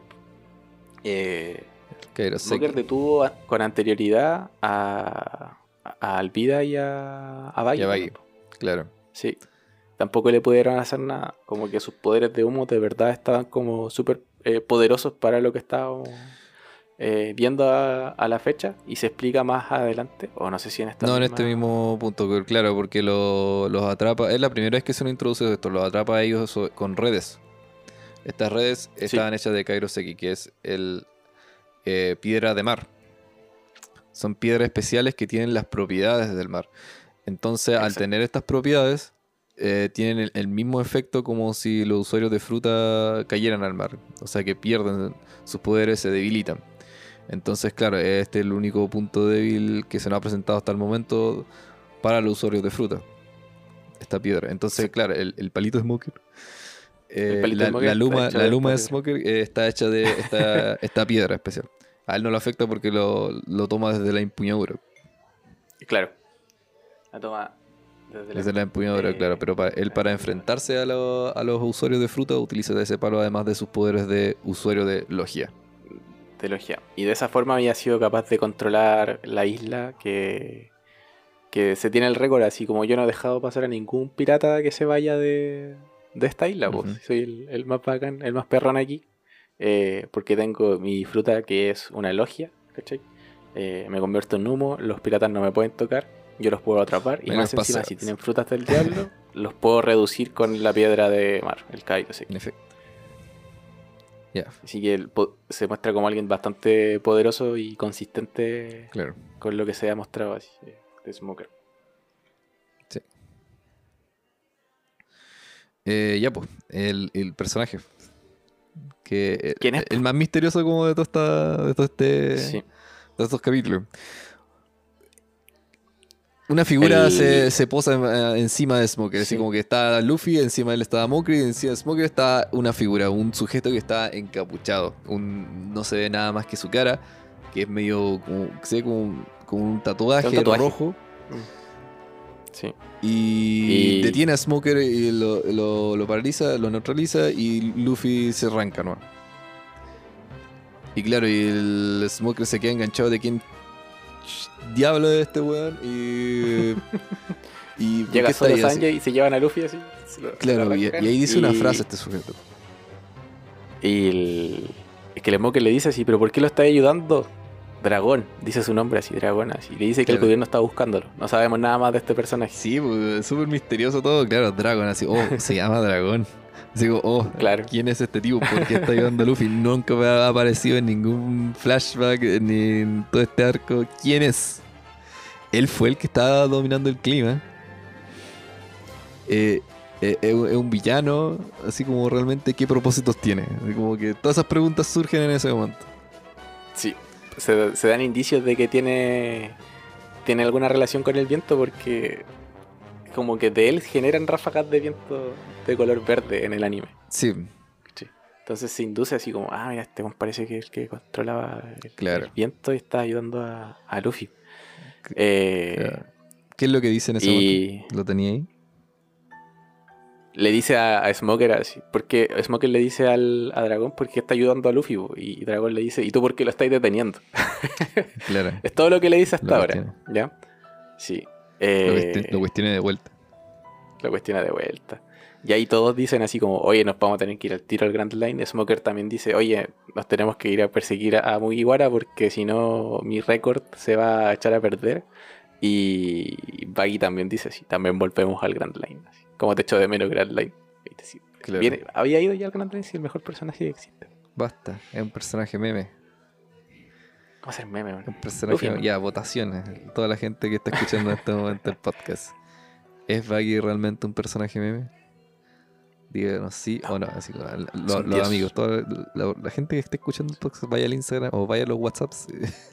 Eh, Kairoseki. Smoker detuvo a- con anterioridad a, a Alvida y a, a Baggy. Y a Baggy. también, po. Claro. Sí. Tampoco le pudieron hacer nada. Como que sus poderes de humo de verdad estaban como súper eh, poderosos para lo que estábamos eh, viendo a, a la fecha. Y se explica más adelante. O no sé si en esta No, en misma- este mismo punto, que- claro, porque lo- los atrapa. Es la primera vez que se nos introduce esto, los atrapa a ellos so- con redes. Estas redes Sí. estaban hechas de Kairoseki, que es el eh, piedra de mar. Son piedras especiales que tienen las propiedades del mar. Entonces, al Exacto. tener estas propiedades, eh, tienen el, el mismo efecto como si los usuarios de fruta cayeran al mar. O sea que pierden sus poderes, se debilitan. Entonces, claro, este es el único punto débil que se nos ha presentado hasta el momento para los usuarios de fruta. Esta piedra. Entonces, Sí. claro, el, el palito Smoker. eh, palito la, Smoker la está luma, hecho la de luma de esta piedra. Smoker eh, está hecha de esta, esta piedra especial. A él no lo afecta porque lo, lo toma desde la empuñadura. Claro. La toma desde, Desde la empuñadura, eh, claro. Pero para, él la para empuñadura. enfrentarse a, lo- a los usuarios de fruta utiliza ese palo además de sus poderes de usuario de logia. de logia. Y de esa forma había sido capaz de controlar la isla que, que se tiene el récord. Así como yo no he dejado pasar a ningún pirata que se vaya de, de esta isla, pues. Ujú. Soy el, el más bacán, el más perrón aquí. eh, porque tengo mi fruta que es una logia, ¿cachai? Eh, me convierto en humo, los piratas no me pueden tocar, yo los puedo atrapar. Y Menos más encima, pasa- si tienen frutas del diablo, los puedo reducir con la piedra de mar, el Kaito, sí. En efecto. Ya, Así que él po- se muestra como alguien bastante poderoso y consistente claro. con lo que se ha mostrado así, eh, de Smoker. Sí. Eh, ya, pues, el, el personaje. Que eh, ¿Quién es? el más misterioso como de todo esta, de todo este, Sí. de estos capítulos. Una figura El- se, se posa en- encima de Smoker, así Sí. como que está Luffy, encima de él está Mokri, y encima de Smoker está una figura, un sujeto que está encapuchado. Un, no se ve nada más que su cara, que es medio como, se ve como, como un tatuaje, Un tatuaje. rojo. Sí. Y, Y- detiene a Smoker y lo, lo- lo paraliza, lo neutraliza y Luffy se arranca, ¿no? Y claro, y el Smoker se queda enganchado de quién ch- diablo es este weón y... y ¿por Llega qué está solo ahí así? Sanjay y se llevan a Luffy así. se lo- se lo Claro, y, y arrancan, ahí dice una y- frase este sujeto. Y el, es que el Smoker le dice así, pero ¿por qué lo está ayudando? Dragón, dice su nombre así, Dragón, así. Le dice que el Claro. gobierno está buscándolo. No sabemos nada más de este personaje. Sí, pues súper misterioso todo, claro, Dragon, así, oh, se llama Dragón. Así como, oh, Claro. ¿quién es este tipo? ¿Por qué está ayudando a Luffy? Nunca me ha aparecido en ningún flashback ni en todo este arco. ¿Quién es? Él fue el que estaba dominando el clima. Eh, eh, es un- es un villano, así como realmente qué propósitos tiene. Así como que todas esas preguntas surgen en ese momento. Sí, se, se dan indicios de que tiene, tiene alguna relación con el viento porque como que de él generan ráfagas de viento de color verde en el anime. Sí, ¿Cachai? Entonces se induce así como, ah, mira, este weón parece que es el que controlaba el, Claro. el viento y está ayudando a, a Luffy. Eh, claro. ¿Qué es lo que dice en ese y momento? ¿Lo tenía ahí? le dice a, a Smoker así, porque Smoker le dice al, a Dragón porque está ayudando a Luffy, po, y Dragón le dice, ¿y tú por qué lo estáis deteniendo? Claro. Es todo lo que le dice hasta Lo ahora, cuestiona. ¿ya? Sí. Lo, Eh, cuesti- lo cuestione de vuelta. lo cuestiona de vuelta. Y ahí todos dicen así como, oye, nos vamos a tener que ir al tiro al Grand Line. Smoker también dice, oye, nos tenemos que ir a perseguir a, a Mugiwara porque si no mi récord se va a echar a perder. Y Baggy también dice, sí, también volvemos al Grand Line. Así, como te echo de menos Grand Line. Y te- sí, Claro. viene- había ido ya al Grand Line, sí, el mejor personaje que existe. Basta, es un personaje meme. Vamos a hacer meme, man. Un personaje Luffy, meme. ¿no? Ya, votaciones. Toda la gente que está escuchando en este momento el podcast. ¿Es Baggy realmente un personaje meme? Díganos sí No. o no. Así, lo- lo- Son los diez. amigos, toda la, la gente que esté escuchando el podcast, vaya al Instagram o vaya a los WhatsApps.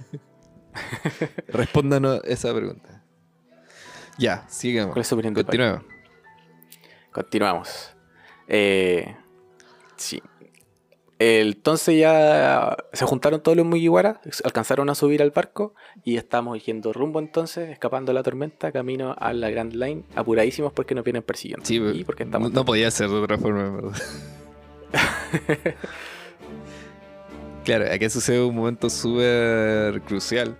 Respóndanos esa pregunta. Ya, sigamos. ¿Cuál es su opinión de Baggy? Continuemos. Continuamos. Eh, sí. El- Entonces ya se juntaron todos los Mugiwara, alcanzaron a subir al barco y estamos yendo rumbo entonces, escapando de la tormenta, camino a la Grand Line, apuradísimos porque nos vienen persiguiendo. Sí, y porque no, estamos no podía ser de otra forma, en verdad. Claro, aquí sucede un momento súper crucial.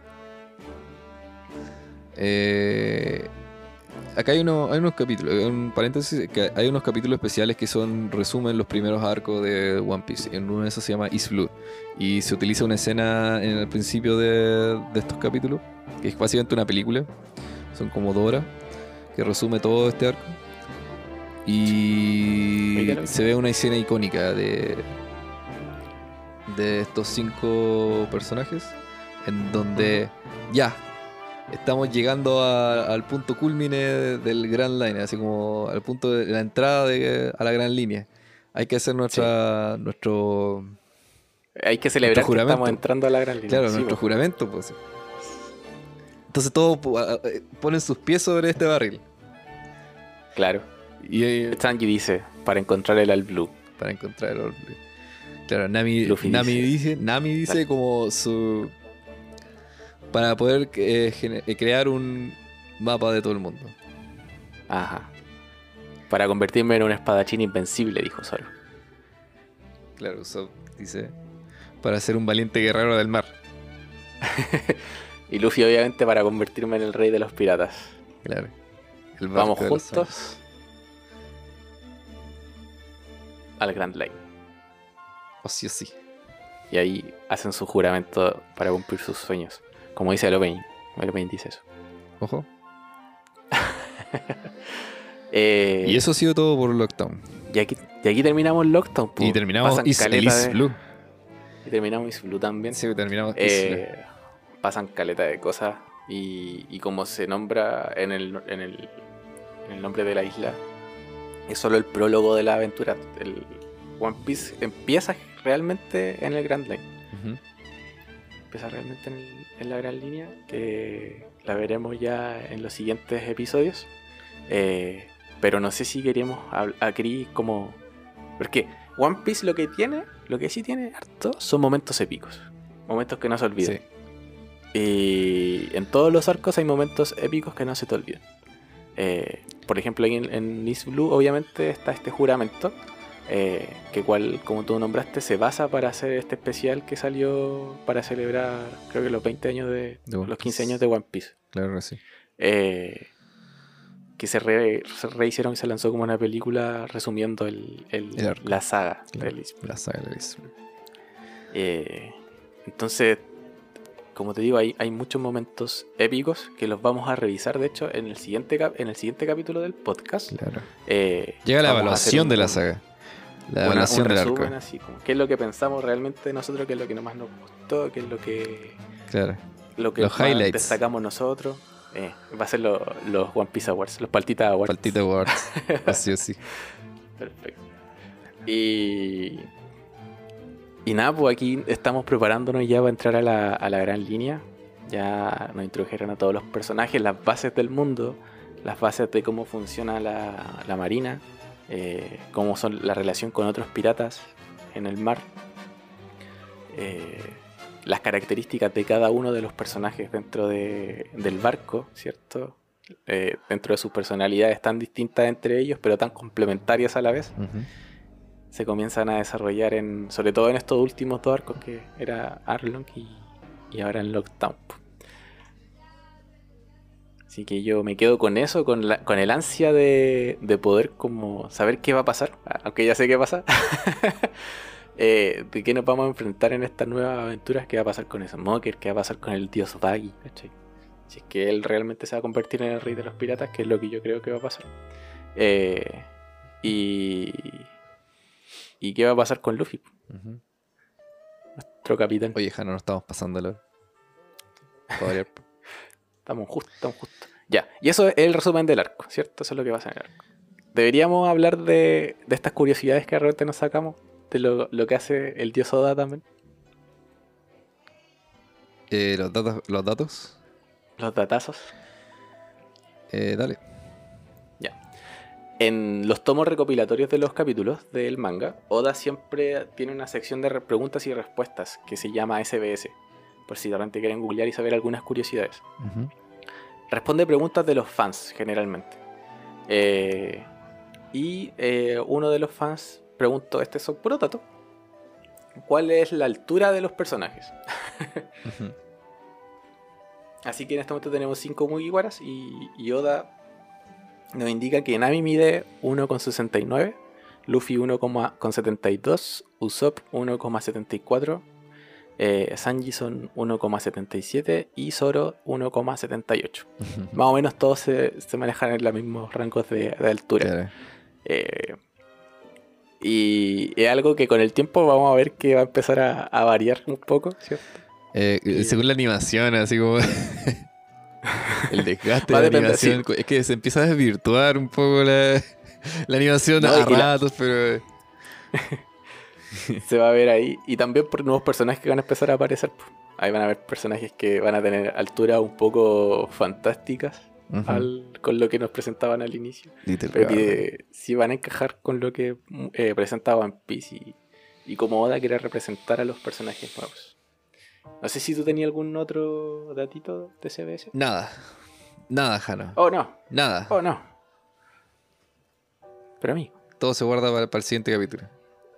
Eh, acá hay, uno- hay unos capítulos, un paréntesis, que hay unos capítulos especiales que son resumen los primeros arcos de One Piece. En uno de esos se llama East Blue y se utiliza una escena en el principio de, de estos capítulos, que es básicamente una película, son como dos horas, que resume todo este arco. Y Oye, ya lo vi. se ve una escena icónica de, de estos cinco personajes, en donde ya estamos llegando a- al punto culmine del Grand Line, así como al punto de la entrada de- a la gran línea. Hay que hacer nuestra, nuestro, Hay que celebrar que juramento. estamos entrando a la Grand Line. claro, Sí, nuestro po. juramento, pues. Entonces todos pu- a- a- ponen sus pies sobre este barril. Claro. Y eh, Sanji dice, para encontrar el All Blue. para encontrar el orbe. Claro, Nami, Luffy Nami dice- dice, Nami dice Dale. como su para poder eh, gene- eh, crear un mapa de todo el mundo. Ajá. Para convertirme en un espadachín invencible, dijo Zoro. Claro, Usopp dice para ser un valiente guerrero del mar. Y Luffy obviamente para convertirme en el rey de los piratas. Claro. El Vamos barco de los juntos. al Grand Line. O sí o sí. Y ahí hacen su juramento para cumplir sus sueños. Como dice el opening. El opening dice eso. Ojo. eh, Y eso ha sido todo por Lockdown. Y aquí, y aquí terminamos Lockdown. Y terminamos Is, el Is de, Blue. Y terminamos Is Blue también. Sí, terminamos eh, Is Pasan caleta de cosas. Y, y como se nombra en el, en, el, en el nombre de la isla, es solo el prólogo de la aventura. El One Piece empieza realmente en el Grand Line. Uh-huh. Empieza realmente en, el, en la gran línea, que la veremos ya en los siguientes episodios. Eh, pero no sé si queremos aquí como... Porque One Piece lo que tiene, lo que sí tiene harto, son momentos épicos. Momentos que no se olvidan. Sí. Y en todos los arcos hay momentos épicos que no se te olvidan. Eh, por ejemplo, ahí en, en Is Blue obviamente está este juramento, eh, que cual, como tú nombraste, se basa para hacer este especial que salió para celebrar, creo que los veinte años de, de los quince años de One Piece. Claro que sí. Eh, que se, re, se rehicieron y se lanzó como una película resumiendo el, el, el la saga claro, de Is Blue. La saga de Is Blue. Eh, entonces, como te digo, hay, hay muchos momentos épicos que los vamos a revisar, de hecho, en el siguiente, cap- en el siguiente capítulo del podcast. Claro. Eh, Llega la evaluación un, de la un, saga. La una, evaluación un del resumen, arco. así, como, qué es lo que pensamos realmente de nosotros, qué es lo que más nos gustó, qué es lo que, claro. lo que los más highlights. destacamos nosotros. Eh, va a ser lo, los One Piece Awards, los Paltita Awards. Paltita Awards. Así o sí. Perfecto. Y... Y nada, pues aquí estamos preparándonos ya para entrar a la, a la gran línea. Ya nos introdujeron a todos los personajes, las bases del mundo, las bases de cómo funciona la, la marina, eh, cómo son la relación con otros piratas en el mar, eh, las características de cada uno de los personajes dentro de, del barco, ¿cierto? Eh, dentro de sus personalidades tan distintas entre ellos, pero tan complementarias a la vez. Uh-huh. Se comienzan a desarrollar en, sobre todo en estos últimos dos arcos, que era Arlong y, y ahora en Lockdown. Así que yo me quedo con eso, con, la, con el ansia de, de poder como saber qué va a pasar, aunque ya sé qué pasa. eh, de qué nos vamos a enfrentar en estas nuevas aventuras, qué va a pasar con Smoker, qué va a pasar con el dios Baggy, ¿cachai? Si es que él realmente se va a convertir en el rey de los piratas, que es lo que yo creo que va a pasar. Eh, y... ¿Y qué va a pasar con Luffy? Uh-huh. Nuestro capitán. Oye, Jano, no estamos pasándolo. Estamos justo, estamos justo. Ya, y eso es el resumen del arco, ¿cierto? Eso es lo que pasa en el arco. Deberíamos hablar de, de estas curiosidades que de repente nos sacamos, de lo, lo que hace el dios Oda también. Eh, los datos. Los datos. Los datazos. Eh, dale. Ya. En los tomos recopilatorios de los capítulos del manga, Oda siempre tiene una sección de preguntas y respuestas que se llama S B S, por si de repente quieren googlear y saber algunas curiosidades. Uh-huh. Responde preguntas de los fans, generalmente. Eh, y eh, uno de los fans preguntó, este es un puro dato, ¿cuál es la altura de los personajes? Uh-huh. Así que en este momento tenemos cinco Mugiwaras y, y Oda nos indica que Nami mide uno coma sesenta y nueve, Luffy uno coma setenta y dos, Usopp uno coma setenta y cuatro, eh, Sanji son uno coma setenta y siete y Zoro uno coma setenta y ocho. Uh-huh. Más o menos todos se, se manejan en los mismos rangos de, de altura. Claro. Eh, y es algo que con el tiempo vamos a ver que va a empezar a, a variar un poco, ¿cierto? Eh, y... Según la animación, así como... el desgaste va de la depender, animación. sí. Es que se empieza a desvirtuar un poco la, la animación no, a ratos, la... pero... se va a ver ahí. Y también por nuevos personajes que van a empezar a aparecer. Ahí van a haber personajes que van a tener alturas un poco fantásticas. Uh-huh. al, con lo que nos presentaban al inicio. Little pero que sí van a encajar con lo que eh, presentaba One Piece y, y como Oda quiere representar a los personajes nuevos. No sé si tú tenías algún otro datito de C B S. Nada. Nada, Jano. Oh, no. Nada. Oh, no. Pero a mí. Todo se guarda para, para el siguiente capítulo.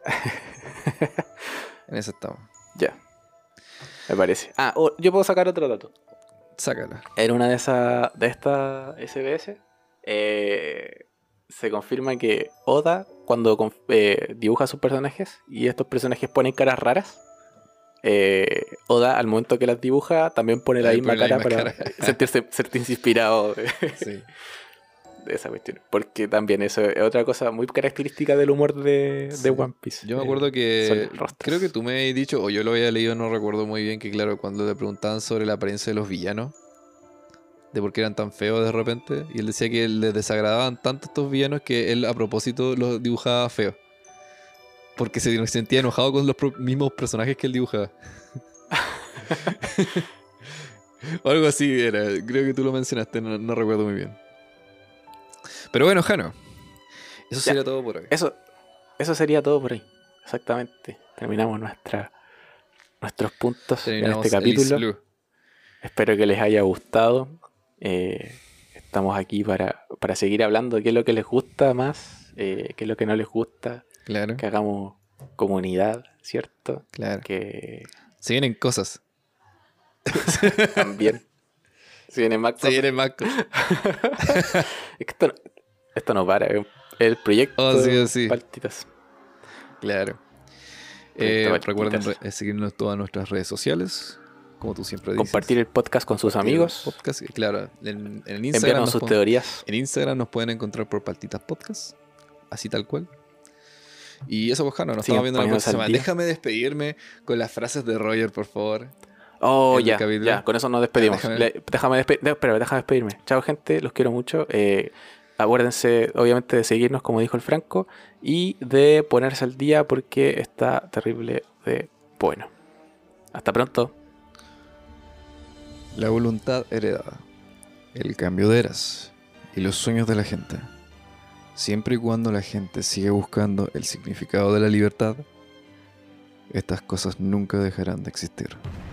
En eso estamos. Ya. Me parece. Ah, oh, yo puedo sacar otro dato. Sácala. En una de esas de estas S B S, eh, se confirma que Oda, cuando conf- eh, dibuja a sus personajes y estos personajes ponen caras raras, eh, Oda, al momento que las dibuja, también pone la Ahí misma pone la cara misma para cara. sentirse, sentirse inspirado de, Sí. de esa cuestión. Porque también eso es otra cosa muy característica del humor de, Sí. de One Piece. Yo me eh, acuerdo son que los rostros. creo que tú me habías dicho, o yo lo había leído, no recuerdo muy bien, que claro, cuando le preguntaban sobre la apariencia de los villanos, de por qué eran tan feos de repente, y él decía que les desagradaban tanto estos villanos que él a propósito los dibujaba feos. Porque se sentía enojado con los pro- mismos personajes que él dibujaba. O algo así era, creo que tú lo mencionaste, no, no recuerdo muy bien. Pero bueno, Jano, eso Ya. sería todo por hoy. Eso, eso sería todo por ahí. Exactamente. Terminamos nuestra, nuestros puntos Terminamos en este el capítulo. Islu. Espero que les haya gustado. Eh, estamos aquí para, para seguir hablando de qué es lo que les gusta más, eh, qué es lo que no les gusta, Claro, que hagamos comunidad, ¿cierto? claro. Que Se vienen cosas. también si vienen más Se cosas. vienen más cosas. Es que esto, no- esto no para, es un- es el proyecto Oh, sí, oh, sí. Paltitas. Claro. Proyecto Eh, Paltitas. recuerden re- eh, seguirnos en todas nuestras redes sociales, como tú siempre dices. Compartir el podcast con sus Compartir el amigos. podcast, y claro, en, en el Instagram Enviarnos nos sus pon- teorías. en Instagram nos pueden encontrar por Paltitas Podcast, así tal cual. Y eso, pues, Jano, nos Sigan estamos viendo la poniéndose próxima al semana. día. Déjame despedirme con las frases de Roger, por favor. Oh, el ya, capítulo. ya, con eso nos despedimos. Déjame- Le- Déjame, despe- de- espera, déjame despedirme. Chao, gente, los quiero mucho. Eh, acuérdense, obviamente, de seguirnos, como dijo el Franco, y de ponerse al día porque está terrible de bueno. Hasta pronto. La voluntad heredada, el cambio de eras y los sueños de la gente. Siempre y cuando la gente siga buscando el significado de la libertad, estas cosas nunca dejarán de existir.